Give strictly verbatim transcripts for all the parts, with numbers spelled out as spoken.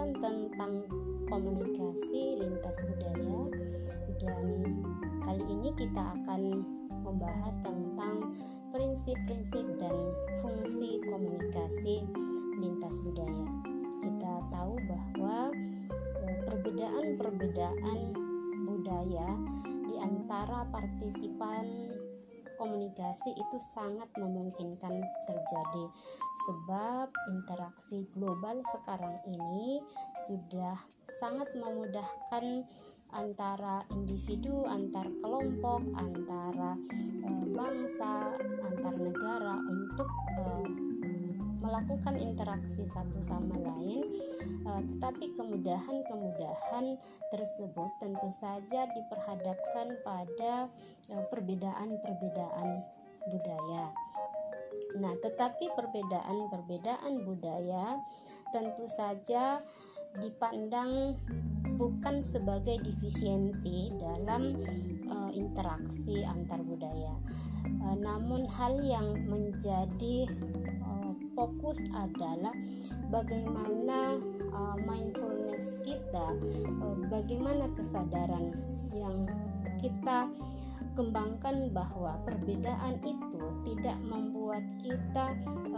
pembahasan tentang komunikasi lintas budaya, dan kali ini kita akan membahas tentang prinsip-prinsip dan fungsi komunikasi lintas budaya. Kita tahu bahwa perbedaan-perbedaan budaya di antara partisipan komunikasi itu sangat memungkinkan terjadi, sebab interaksi global sekarang ini sudah sangat memudahkan antara individu, antar kelompok, antara e, bangsa, antar negara untuk e, melakukan interaksi satu sama lain, e, tetapi kemudahan-kemudahan tersebut tentu saja diperhadapkan pada e, perbedaan-perbedaan budaya. Nah, tetapi perbedaan-perbedaan budaya tentu saja dipandang bukan sebagai defisiensi dalam e, interaksi antar budaya, e, namun hal yang menjadi e, fokus adalah bagaimana e, mindfulness kita, e, bagaimana kesadaran yang kita kembangkan bahwa perbedaan itu tidak membuat kita e,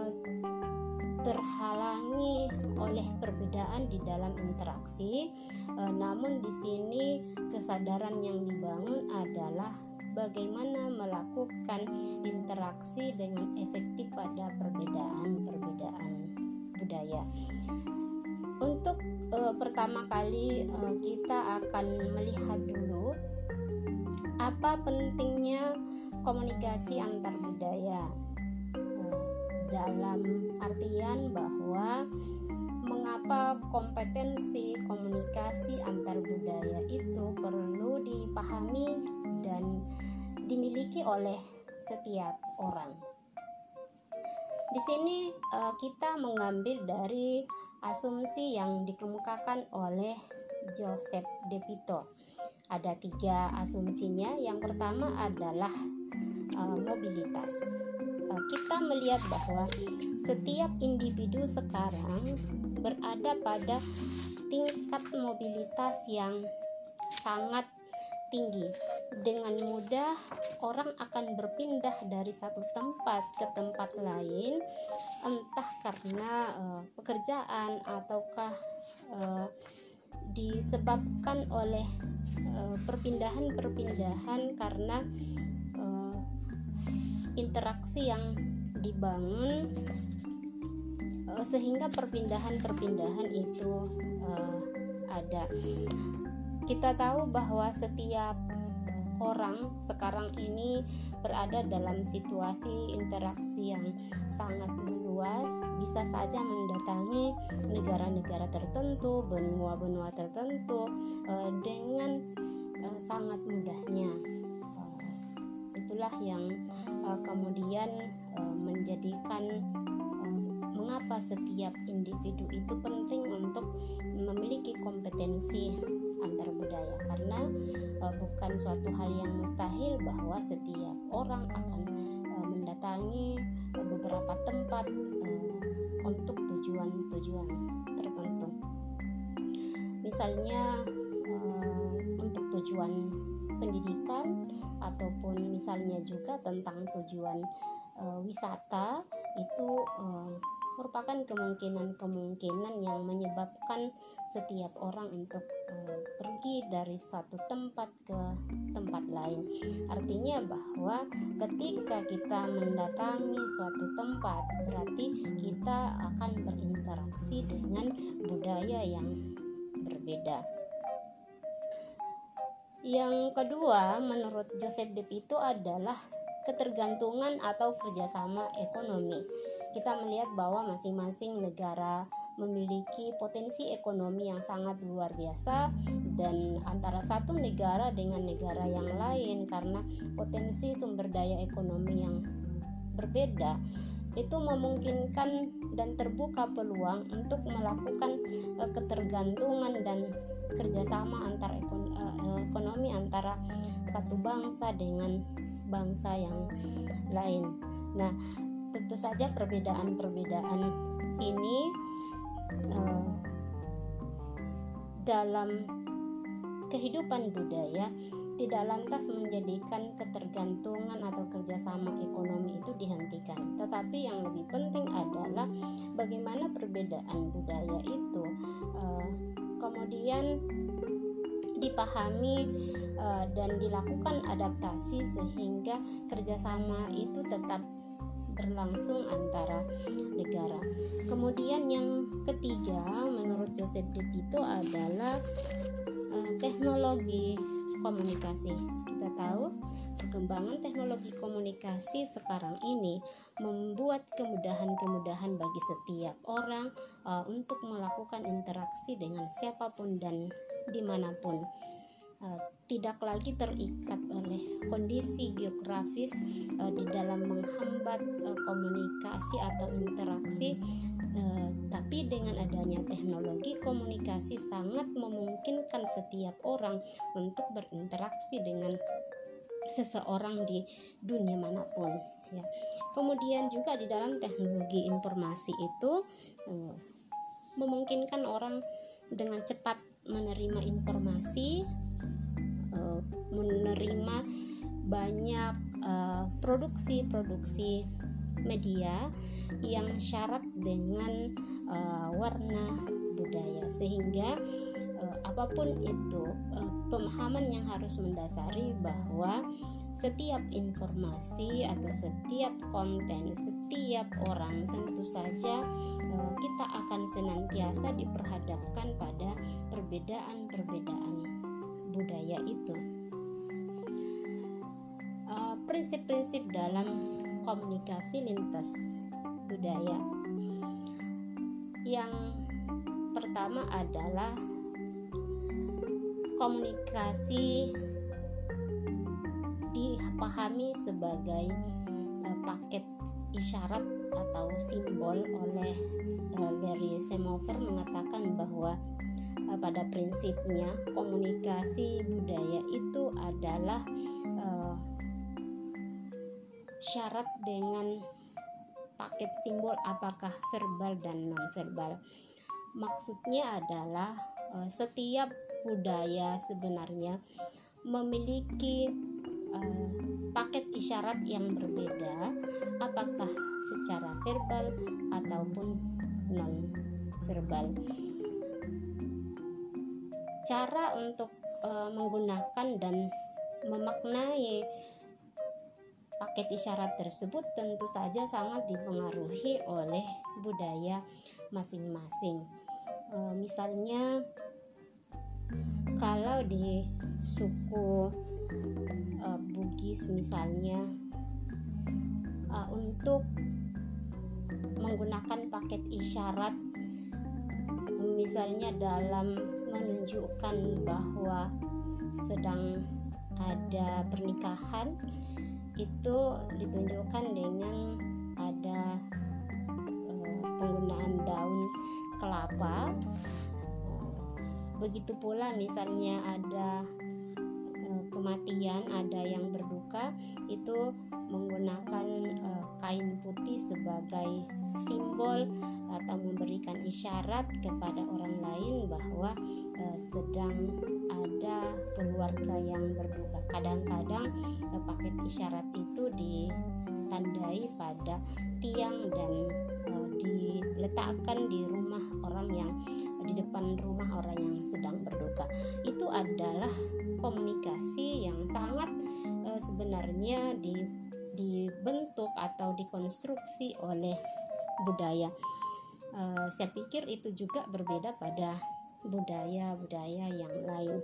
terhalangi oleh perbedaan di dalam interaksi, e, namun di sini kesadaran yang dibangun adalah bagaimana melakukan interaksi dengan efektif pada perbedaan-perbedaan budaya. Untuk e, pertama kali e, kita akan melihat dulu apa pentingnya komunikasi antar budaya. Dalam artian bahwa mengapa kompetensi komunikasi antar budaya itu perlu dipahami dan dimiliki oleh setiap orang. Di sini uh, kita mengambil dari asumsi yang dikemukakan oleh Joseph De Vito. Ada tiga asumsinya. Yang pertama adalah uh, mobilitas. Kita melihat bahwa setiap individu sekarang berada pada tingkat mobilitas yang sangat tinggi. Dengan mudah orang akan berpindah dari satu tempat ke tempat lain, entah karena uh, pekerjaan ataukah uh, disebabkan oleh uh, perpindahan-perpindahan karena interaksi yang dibangun uh, sehingga perpindahan-perpindahan itu uh, ada. Kita tahu bahwa setiap orang sekarang ini berada dalam situasi interaksi yang sangat luas, bisa saja mendatangi negara-negara tertentu, benua-benua tertentu uh, dengan uh, sangat mudahnya. Itulah yang uh, kemudian uh, menjadikan uh, mengapa setiap individu itu penting untuk memiliki kompetensi antar budaya, karena uh, bukan suatu hal yang mustahil bahwa setiap orang akan uh, mendatangi uh, beberapa tempat uh, untuk tujuan-tujuan tertentu. Misalnya uh, untuk tujuan pendidikan, ataupun misalnya juga tentang tujuan e, wisata, itu e, merupakan kemungkinan-kemungkinan yang menyebabkan setiap orang untuk e, pergi dari suatu tempat ke tempat lain. Artinya bahwa ketika kita mendatangi suatu tempat, berarti kita akan berinteraksi dengan budaya yang berbeda. Yang kedua, menurut Joseph De Vito adalah ketergantungan atau kerjasama ekonomi. Kita melihat bahwa masing-masing negara memiliki potensi ekonomi yang sangat luar biasa, dan antara satu negara dengan negara yang lain karena potensi sumber daya ekonomi yang berbeda, itu memungkinkan dan terbuka peluang untuk melakukan uh, ketergantungan dan kerjasama antar ekon- uh, ekonomi antara satu bangsa dengan bangsa yang lain. Nah, tentu saja perbedaan-perbedaan ini uh, dalam kehidupan budaya tidak lantas menjadikan ketergantungan atau kerjasama ekonomi itu dihentikan, tetapi yang lebih penting adalah bagaimana perbedaan budaya itu uh, kemudian dipahami uh, dan dilakukan adaptasi sehingga kerjasama itu tetap berlangsung antara negara. Kemudian yang ketiga menurut Joseph De Vito adalah uh, teknologi komunikasi. Kita tahu perkembangan teknologi komunikasi sekarang ini membuat kemudahan-kemudahan bagi setiap orang uh, untuk melakukan interaksi dengan siapapun dan dimanapun. Uh, tidak lagi terikat oleh kondisi geografis uh, di dalam menghambat uh, komunikasi atau interaksi. Uh, tapi dengan adanya teknologi komunikasi sangat memungkinkan setiap orang untuk berinteraksi dengan seseorang di dunia manapun ya. Kemudian juga di dalam teknologi informasi itu uh, memungkinkan orang dengan cepat menerima informasi, uh, menerima banyak uh, produksi-produksi media yang syarat dengan uh, warna budaya, sehingga uh, apapun itu uh, pemahaman yang harus mendasari bahwa setiap informasi atau setiap konten, setiap orang tentu saja uh, kita akan senantiasa diperhadapkan pada perbedaan-perbedaan budaya itu. Uh, prinsip-prinsip dalam komunikasi lintas budaya. Yang pertama adalah komunikasi dipahami sebagai uh, paket isyarat atau simbol. Oleh uh, Larry Semover mengatakan bahwa uh, pada prinsipnya komunikasi budaya itu adalah uh, syarat dengan paket simbol, apakah verbal dan non-verbal. Maksudnya adalah uh, setiap budaya sebenarnya memiliki uh, paket isyarat yang berbeda, apakah secara verbal ataupun non-verbal. Cara untuk uh, menggunakan dan memaknai paket isyarat tersebut tentu saja sangat dipengaruhi oleh budaya masing-masing. E, misalnya kalau di suku e, Bugis misalnya, e, untuk menggunakan paket isyarat misalnya dalam menunjukkan bahwa sedang ada pernikahan, itu ditunjukkan dengan ada e, penggunaan daun kelapa. E, begitu pula misalnya ada e, kematian, ada yang berduka, itu menggunakan e, kain putih sebagai simbol atau memberikan isyarat kepada orang lain bahwa e, sedang ada keluarga yang berduka. Kadang-kadang e, paket isyarat itu ditandai pada tiang dan e, diletakkan di rumah orang yang di depan rumah orang yang sedang berduka. Itu adalah komunikasi yang sangat e, sebenarnya di, dibentuk atau dikonstruksi oleh budaya. E, saya pikir itu juga berbeda pada budaya-budaya yang lain.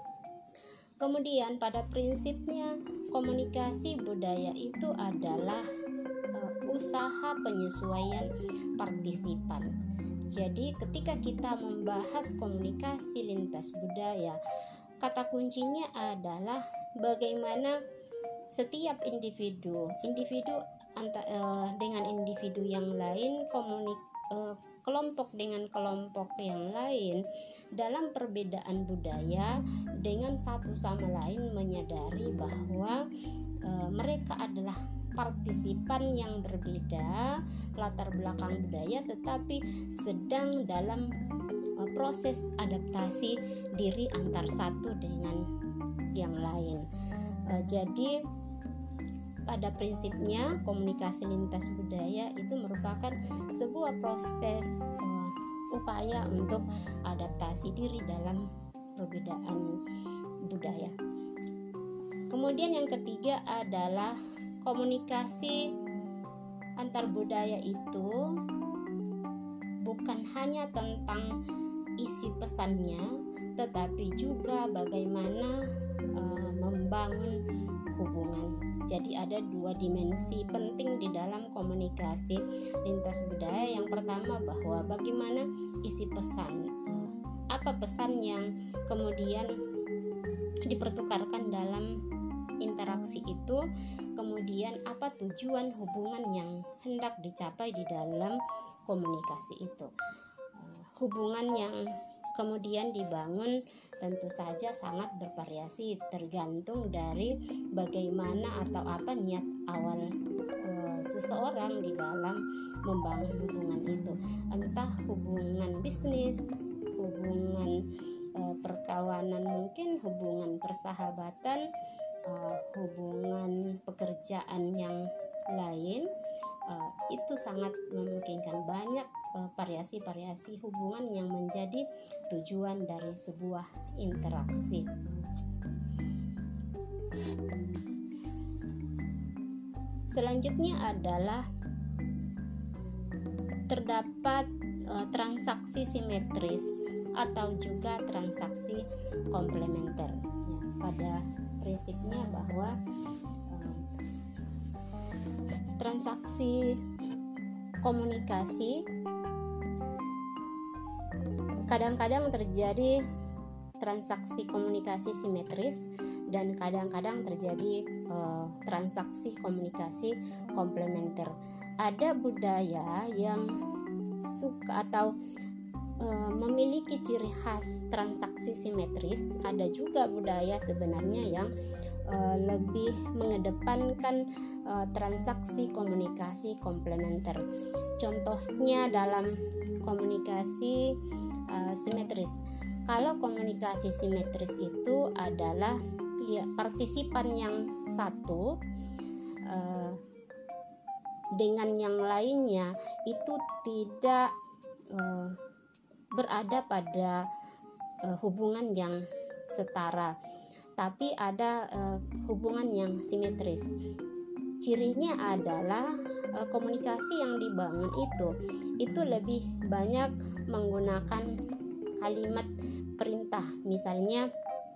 Kemudian pada prinsipnya komunikasi budaya itu adalah uh, usaha penyesuaian partisipan. Jadi ketika kita membahas komunikasi lintas budaya, kata kuncinya adalah bagaimana setiap individu, individu anta, uh, dengan individu yang lain, komunik uh, kelompok dengan kelompok yang lain dalam perbedaan budaya dengan satu sama lain menyadari bahwa e, mereka adalah partisipan yang berbeda latar belakang budaya, tetapi sedang dalam e, uh, proses adaptasi diri antar satu dengan yang lain. Uh, jadi pada prinsipnya komunikasi lintas budaya itu merupakan sebuah proses uh, upaya untuk adaptasi diri dalam perbedaan budaya. Kemudian yang ketiga adalah komunikasi antar budaya itu bukan hanya tentang isi pesannya, tetapi juga bagaimana uh, membangun hubungan. Jadi ada dua dimensi penting di dalam komunikasi lintas budaya. Yang pertama bahwa bagaimana isi pesan, uh, apa pesan yang kemudian dipertukarkan dalam interaksi itu, kemudian apa tujuan hubungan yang hendak dicapai di dalam komunikasi itu. Uh, hubungan yang kemudian dibangun tentu saja sangat bervariasi tergantung dari bagaimana atau apa niat awal uh, seseorang di dalam membangun hubungan itu, entah hubungan bisnis, hubungan uh, perkawanan, mungkin hubungan persahabatan, uh, hubungan pekerjaan yang lain. Uh, itu sangat memungkinkan banyak uh, variasi-variasi hubungan yang menjadi tujuan dari sebuah interaksi. Selanjutnya adalah terdapat uh, transaksi simetris atau juga transaksi komplementer. Ya, pada prinsipnya bahwa transaksi komunikasi kadang-kadang terjadi transaksi komunikasi simetris dan kadang-kadang terjadi uh, transaksi komunikasi komplementer. Ada budaya yang suka atau uh, memiliki ciri khas transaksi simetris, ada juga budaya sebenarnya yang Uh, lebih mengedepankan uh, transaksi komunikasi komplementer. Contohnya dalam komunikasi uh, simetris. Kalau komunikasi simetris itu adalah ya, partisipan yang satu uh, dengan yang lainnya itu tidak uh, berada pada uh, hubungan yang setara, tapi ada uh, hubungan yang simetris. Cirinya adalah uh, komunikasi yang dibangun itu itu lebih banyak menggunakan kalimat perintah. Misalnya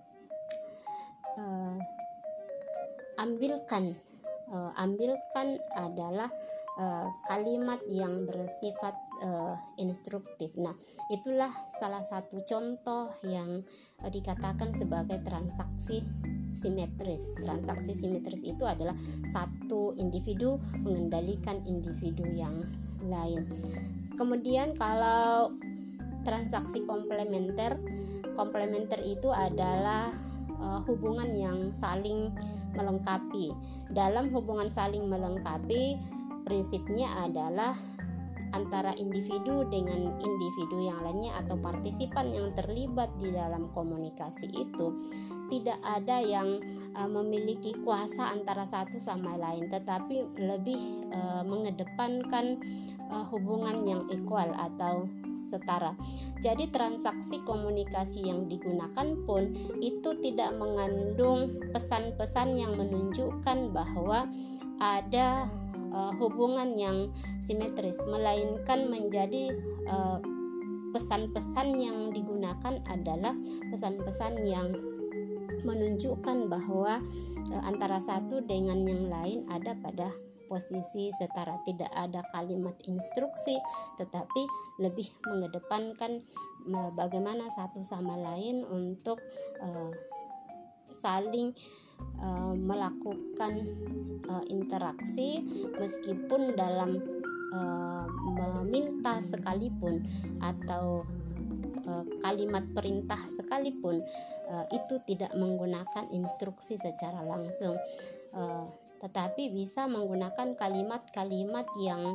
uh, ambilkan uh, ambilkan adalah uh, kalimat yang bersifat uh, instruktif. Nah, itulah salah satu contoh yang uh, dikatakan sebagai transaksi simetris. Transaksi simetris itu adalah satu individu mengendalikan individu yang lain. Kemudian kalau transaksi komplementer, komplementer itu adalah uh, hubungan yang saling melengkapi. Dalam hubungan saling melengkapi, prinsipnya adalah antara individu dengan individu yang lainnya atau partisipan yang terlibat di dalam komunikasi itu tidak ada yang uh, memiliki kuasa antara satu sama lain, tetapi lebih uh, mengedepankan uh, hubungan yang equal atau setara. Jadi transaksi komunikasi yang digunakan pun itu tidak mengandung pesan-pesan yang menunjukkan bahwa ada Uh, hubungan yang simetris, melainkan menjadi uh, pesan-pesan yang digunakan adalah pesan-pesan yang menunjukkan bahwa uh, antara satu dengan yang lain ada pada posisi setara. Tidak ada kalimat instruksi, tetapi lebih mengedepankan uh, bagaimana satu sama lain untuk uh, saling Uh, melakukan uh, interaksi meskipun dalam uh, meminta sekalipun atau uh, kalimat perintah sekalipun uh, itu tidak menggunakan instruksi secara langsung, uh, tetapi bisa menggunakan kalimat-kalimat yang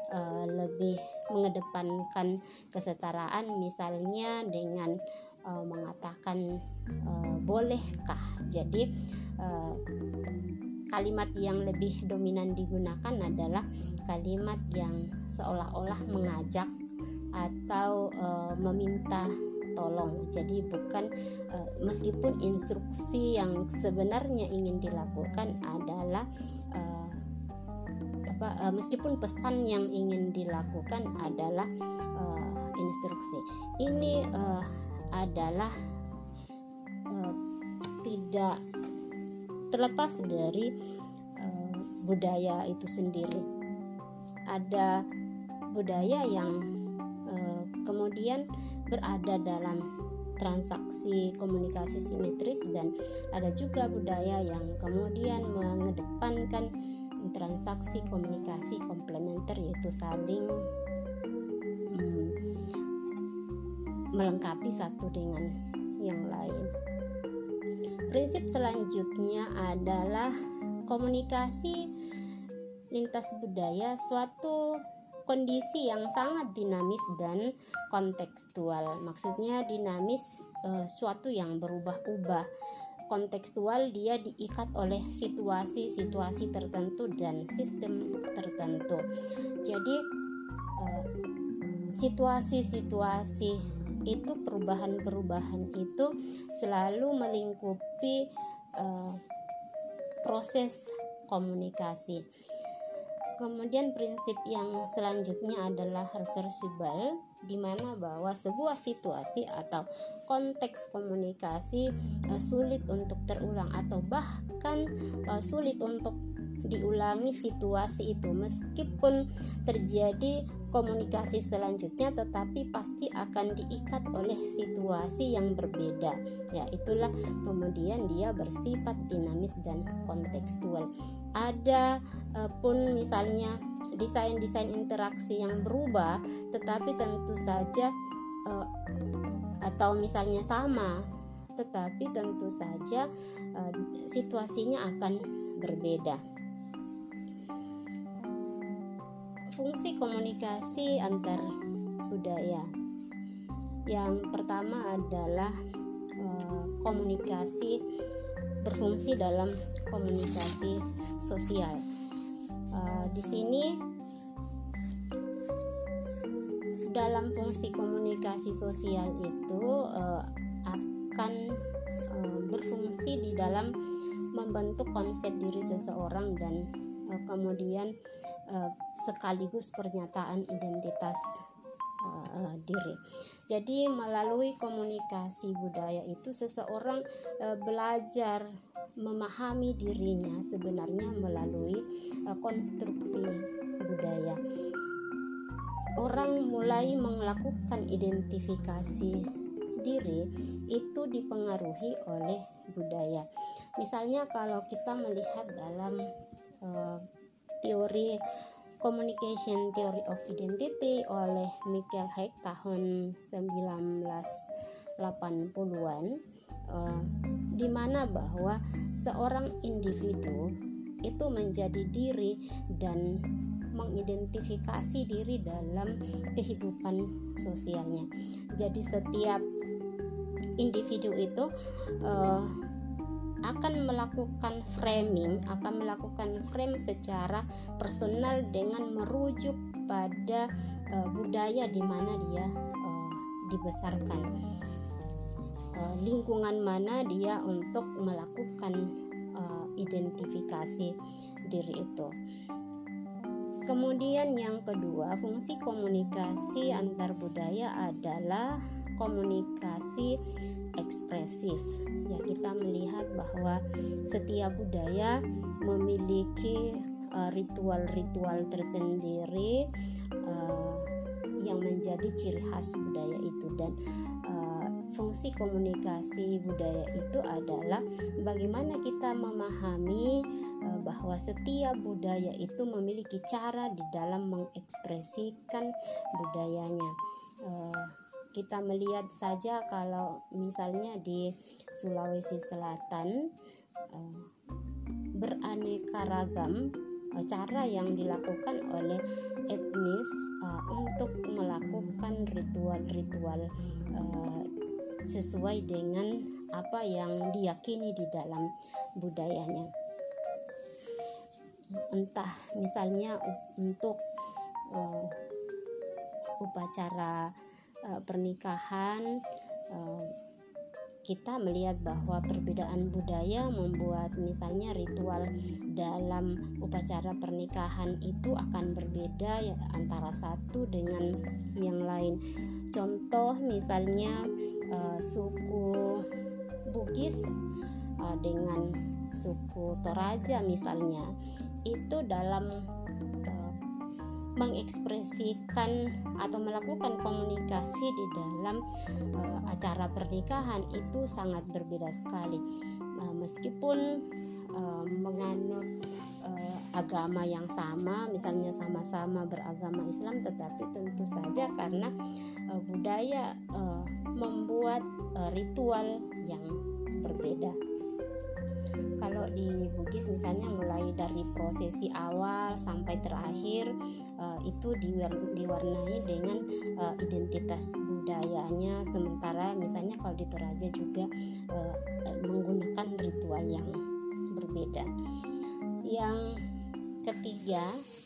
uh, lebih mengedepankan kesetaraan, misalnya dengan uh, mengatakan uh, bolehkah. Jadi uh, kalimat yang lebih dominan digunakan adalah kalimat yang seolah-olah mengajak atau uh, meminta tolong. Jadi bukan uh, meskipun instruksi yang sebenarnya ingin dilakukan adalah uh, apa uh, meskipun pesan yang ingin dilakukan adalah uh, instruksi. Ini uh, adalah uh, tidak terlepas dari uh, budaya itu sendiri. Ada budaya yang uh, kemudian berada dalam transaksi komunikasi simetris, dan ada juga budaya yang kemudian mengedepankan transaksi komunikasi komplementer, yaitu saling hmm, melengkapi satu dengan yang lain. Prinsip selanjutnya adalah komunikasi lintas budaya, suatu kondisi yang sangat dinamis dan kontekstual. Maksudnya dinamis, e, suatu yang berubah-ubah. Kontekstual, dia diikat oleh situasi-situasi tertentu dan sistem tertentu. Jadi e, situasi-situasi itu, perubahan-perubahan itu selalu melingkupi e, proses komunikasi. Kemudian prinsip yang selanjutnya adalah reversible, di mana bahwa sebuah situasi atau konteks komunikasi uh, sulit untuk terulang atau bahkan uh, sulit untuk diulangi situasi itu, meskipun terjadi komunikasi selanjutnya, tetapi pasti akan diikat oleh situasi yang berbeda. Ya, itulah kemudian dia bersifat dinamis dan kontekstual. Ada uh, pun misalnya desain-desain interaksi yang berubah, tetapi tentu saja uh, atau misalnya sama, tetapi tentu saja uh, situasinya akan berbeda. Fungsi komunikasi antar budaya. Yang pertama adalah uh, komunikasi berfungsi dalam komunikasi sosial. Uh, di sini dalam fungsi komunikasi sosial itu uh, akan uh, berfungsi di dalam membentuk konsep diri seseorang dan uh, kemudian uh, sekaligus pernyataan identitas uh, diri. Jadi melalui komunikasi budaya itu seseorang uh, belajar memahami dirinya sebenarnya melalui uh, konstruksi budaya. Orang mulai melakukan identifikasi diri itu dipengaruhi oleh budaya. Misalnya kalau kita melihat dalam uh, teori Communication Theory of Identity oleh Michael Haidt tahun sembilan belas delapan puluhan, uh, di mana bahwa seorang individu itu menjadi diri dan mengidentifikasi diri dalam kehidupan sosialnya. Jadi setiap individu itu uh, akan melakukan framing, akan melakukan frame secara personal dengan merujuk pada uh, budaya di mana dia uh, dibesarkan, uh, lingkungan mana dia untuk melakukan uh, identifikasi diri itu. Kemudian yang kedua, fungsi komunikasi antar budaya adalah komunikasi ekspresif. Ya, kita melihat bahwa setiap budaya memiliki uh, ritual-ritual tersendiri uh, yang menjadi ciri khas budaya itu, dan uh, fungsi komunikasi budaya itu adalah bagaimana kita memahami uh, bahwa setiap budaya itu memiliki cara di dalam mengekspresikan budayanya. Uh, Kita melihat saja kalau misalnya di Sulawesi Selatan uh, beraneka ragam uh, cara yang dilakukan oleh etnis uh, untuk melakukan ritual-ritual uh, sesuai dengan apa yang diyakini di dalam budayanya. Entah misalnya untuk uh, upacara uh, pernikahan, uh, kita melihat bahwa perbedaan budaya membuat misalnya ritual dalam upacara pernikahan itu akan berbeda ya, antara satu dengan yang lain. Contoh misalnya uh, suku Bugis uh, dengan suku Toraja misalnya, itu dalam uh, mengekspresikan atau melakukan komunikasi di dalam uh, acara pernikahan itu sangat berbeda sekali. Uh, meskipun uh, menganut uh, agama yang sama, misalnya sama-sama beragama Islam, tetapi tentu saja karena uh, budaya uh, membuat uh, ritual yang berbeda. Kalau di Bugis misalnya mulai dari prosesi awal sampai terakhir uh, itu diwarnai dengan uh, identitas budayanya, sementara misalnya kalau di Toraja juga uh, menggunakan ritual yang berbeda. Yang ketiga,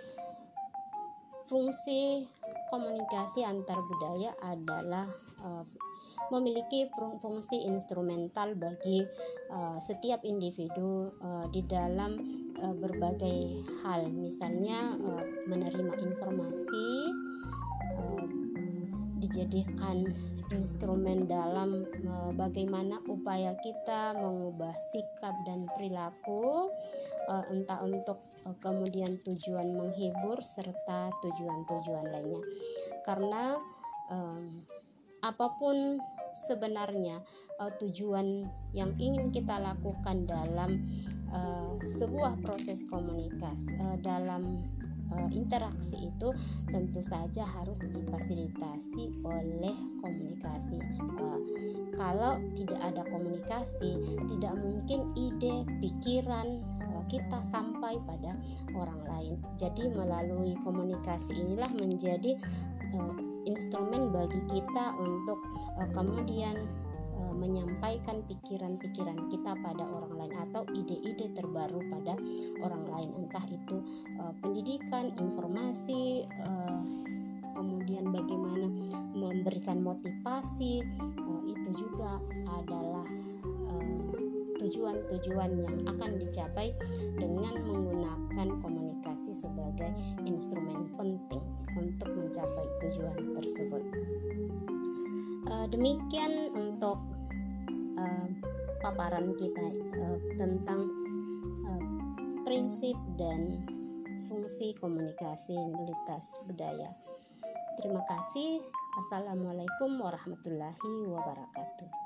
fungsi komunikasi antar budaya adalah uh, memiliki fungsi instrumental bagi uh, setiap individu uh, di dalam uh, berbagai hal, misalnya uh, menerima informasi, uh, dijadikan instrumen dalam uh, bagaimana upaya kita mengubah sikap dan perilaku, uh, entah untuk uh, kemudian tujuan menghibur serta tujuan-tujuan lainnya. Karena um, apapun sebenarnya uh, tujuan yang ingin kita lakukan dalam uh, sebuah proses komunikasi, uh, dalam uh, interaksi itu tentu saja harus difasilitasi oleh komunikasi. Uh, kalau tidak ada komunikasi, tidak mungkin ide, pikiran uh, kita sampai pada orang lain. Jadi melalui komunikasi inilah menjadi uh, instrumen bagi kita untuk uh, kemudian uh, menyampaikan pikiran-pikiran kita pada orang lain atau ide-ide terbaru pada orang lain, entah itu uh, pendidikan, informasi, uh, kemudian bagaimana memberikan motivasi, uh, itu juga adalah uh, tujuan-tujuan yang akan dicapai dengan menggunakan komunikasi sebagai instrumen penting untuk mencapai tujuan tersebut. Uh, demikian untuk uh, paparan kita uh, tentang uh, prinsip dan fungsi komunikasi lintas budaya. Terima kasih. Assalamualaikum warahmatullahi wabarakatuh.